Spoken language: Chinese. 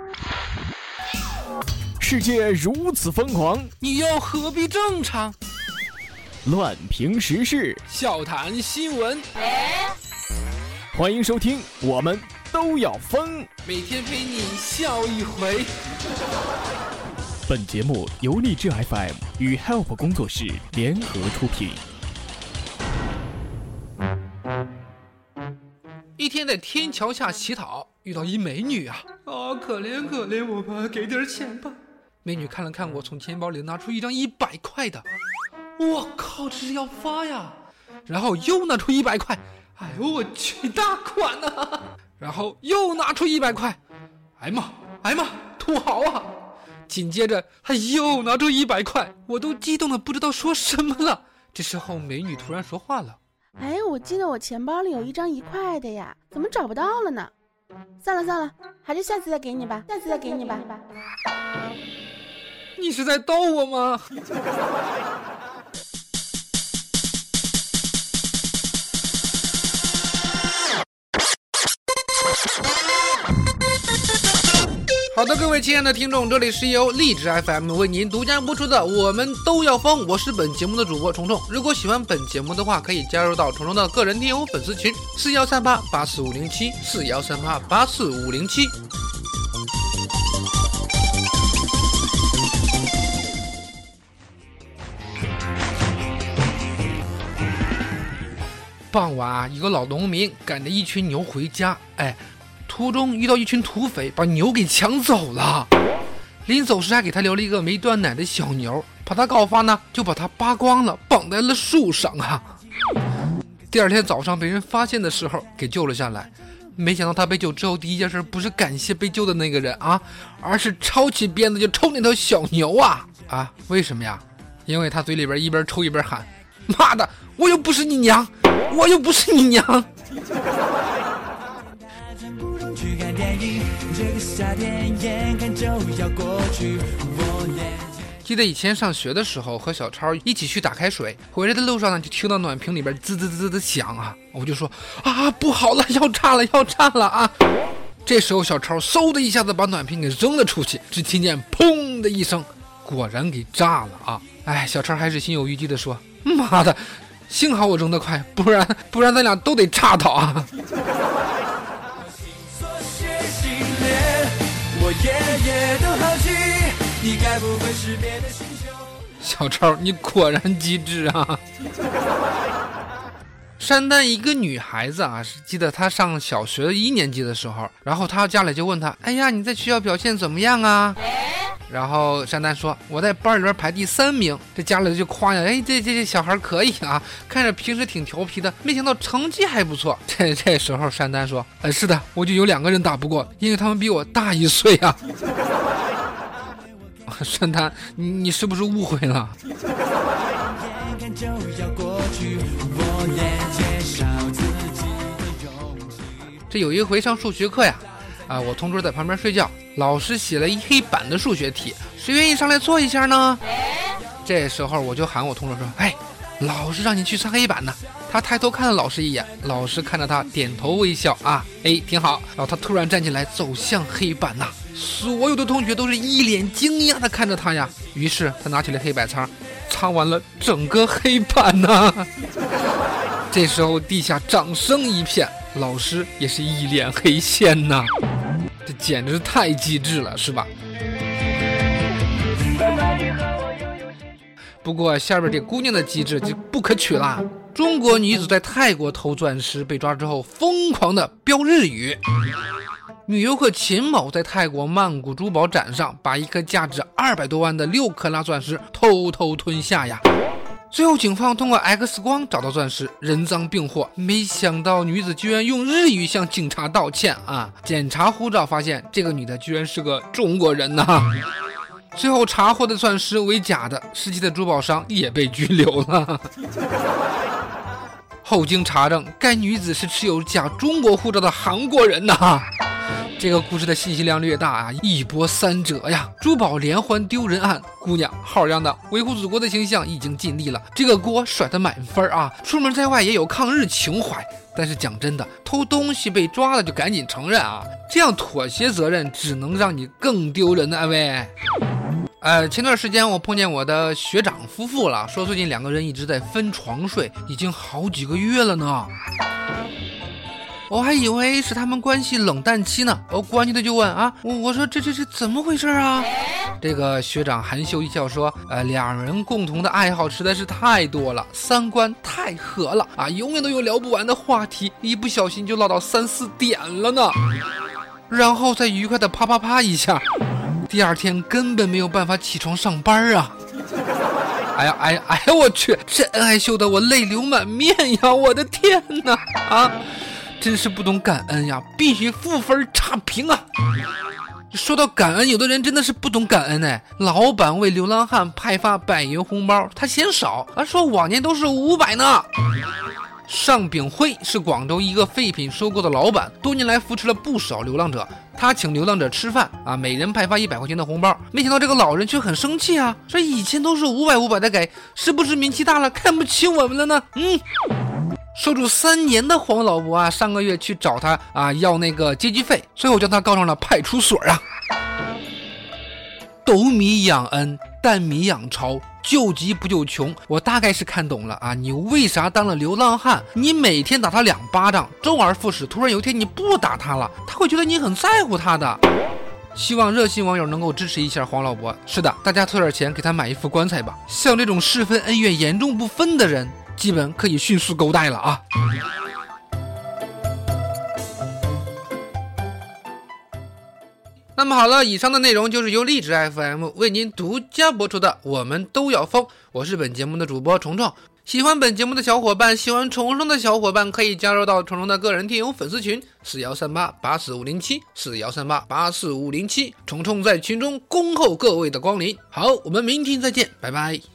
世界如此疯狂， 你又何必正常？ 乱评时事， 笑谈新闻， 欢迎收听，我们都要疯， 每天陪你笑一回。 本节目由励志 FM 与 Help 工作室联合出品。 一天在天桥下乞讨，遇到一美女啊，可怜可怜我吧，给点钱吧。美女看了看我，从钱包里拿出一张100块的，我靠，这是要发呀！然后又拿出100块，哎呦我去，大款啊！然后又拿出100块，哎妈，土豪啊！紧接着他又拿出100块，我都激动的不知道说什么了。这时候美女突然说话了： 哎，我记得我钱包里有一张1块的呀，怎么找不到了呢？算了，还是下次再给你吧。 你是在逗我吗？好的，各位亲爱的听众，这里是由励志 FM 为您独家播出的我们都要疯，我是本节目的主播虫虫。如果喜欢本节目的话，可以加入到虫虫的个人听友粉丝群4138845507 4138845507。傍晚，一个老农民赶着一群牛回家，途中遇到一群土匪，把牛给抢走了。临走时还给他留了一个没断奶的小牛，怕他告发呢，就把他扒光了，绑在了树上啊。第二天早上被人发现的时候，给救了下来。没想到他被救之后，第一件事不是感谢被救的那个人啊，而是抄起鞭子就抽那头小牛啊！为什么呀？因为他嘴里边一边抽一边喊：“妈的，我又不是你娘！”记得以前上学的时候，和小超一起去打开水，回来的路上呢，就听到暖瓶里边滋滋滋的响啊，我就说不好了，要炸了啊！这时候小超嗖的一下子把暖瓶给扔了出去，只听见砰的一声，果然给炸了啊！小超还是心有余悸的说：“妈的！幸好我扔得快，不然咱俩都得炸到啊！”小超，你果然机智啊！山丹一个女孩子啊，记得她上小学1年级的时候，然后她家里就问她：“哎呀，你在学校表现怎么样啊？”然后山丹说：“我在班里边排第3名。”这家里就夸呀：“这小孩可以啊，看着平时挺调皮的，没想到成绩还不错。”这时候山丹说：“是的，我就有2个人打不过，因为他们比我大1岁啊。”山丹，你是不是误会了？这有一回上数学课呀，我同桌在旁边睡觉，老师写了一黑板的数学题，谁愿意上来做一下呢？这时候我就喊我同桌说：“老师让你去擦黑板呢。”他抬头看了老师一眼，老师看着他点头微笑挺好。然后他突然站起来走向黑板呐，所有的同学都是一脸惊讶的看着他呀。于是他拿起了黑板擦，擦完了整个黑板呐。这时候地下掌声一片，老师也是一脸黑线呐。这简直太机智了，是吧？不过下边这姑娘的机智就不可取啦。中国女子在泰国偷钻石被抓之后，疯狂的飙日语。女游客秦某在泰国曼谷珠宝展上，把一颗价值200多万的6克拉钻石偷吞下呀。最后警方通过 X 光找到钻石，人赃并获。没想到女子居然用日语向警察道歉啊！检查护照发现这个女的居然是个中国人呐。最后查获的钻石为假的，实际的珠宝商也被拘留了。后经查证，该女子是持有假中国护照的韩国人呐。 这个故事的信息量略大啊，一波三折呀！珠宝连环丢人案，姑娘好样的，维护祖国的形象已经尽力了，这个锅甩得满分啊！出门在外也有抗日情怀。但是讲真的，偷东西被抓了就赶紧承认啊，这样妥协责任只能让你更丢人的喂。前段时间我碰见我的学长夫妇了，说最近2个人一直在分床睡，已经好几个月了呢。我还以为是他们关系冷淡期呢，我关系的就问啊，我说这怎么回事啊？这个学长含羞一笑说，2人共同的爱好实在是太多了，3观太合了啊，永远都有聊不完的话题，一不小心就唠到3、4点了呢，然后再愉快的啪啪啪一下，第2天根本没有办法起床上班啊！哎呀，我去，这恩爱秀的我泪流满面呀！我的天哪啊！真是不懂感恩呀，必须负分差评啊！说到感恩，有的人真的是不懂感恩哎。老板为流浪汉派发100元红包，他嫌少，说往年都是500呢。尚炳辉是广州一个废品收购的老板，多年来扶持了不少流浪者。他请流浪者吃饭啊，每人派发100块钱的红包。没想到这个老人却很生气啊，说以前都是500的给，是不是名气大了看不起我们了呢？受助3年的黄老伯啊，上个月去找他啊要那个接机费，最后将他告上了派出所啊。斗米养恩，担米养巢，救急不救穷，我大概是看懂了啊！你为啥当了流浪汉？你每天打他2巴掌，周而复始，突然有一天你不打他了，他会觉得你很在乎他的。希望热心网友能够支持一下黄老伯。是的，大家凑点钱给他买一副棺材吧。像这种世分恩怨严重不分的人，基本可以迅速勾带了啊！那么好了，以上的内容就是由荔枝 FM 为您独家播出的我们都要疯，我是本节目的主播虫虫。喜欢本节目的小伙伴，喜欢虫虫的小伙伴可以加入到虫虫的个人听友粉丝群4138845507 4138845507，虫虫在群中恭候各位的光临。好，我们明天再见，拜拜。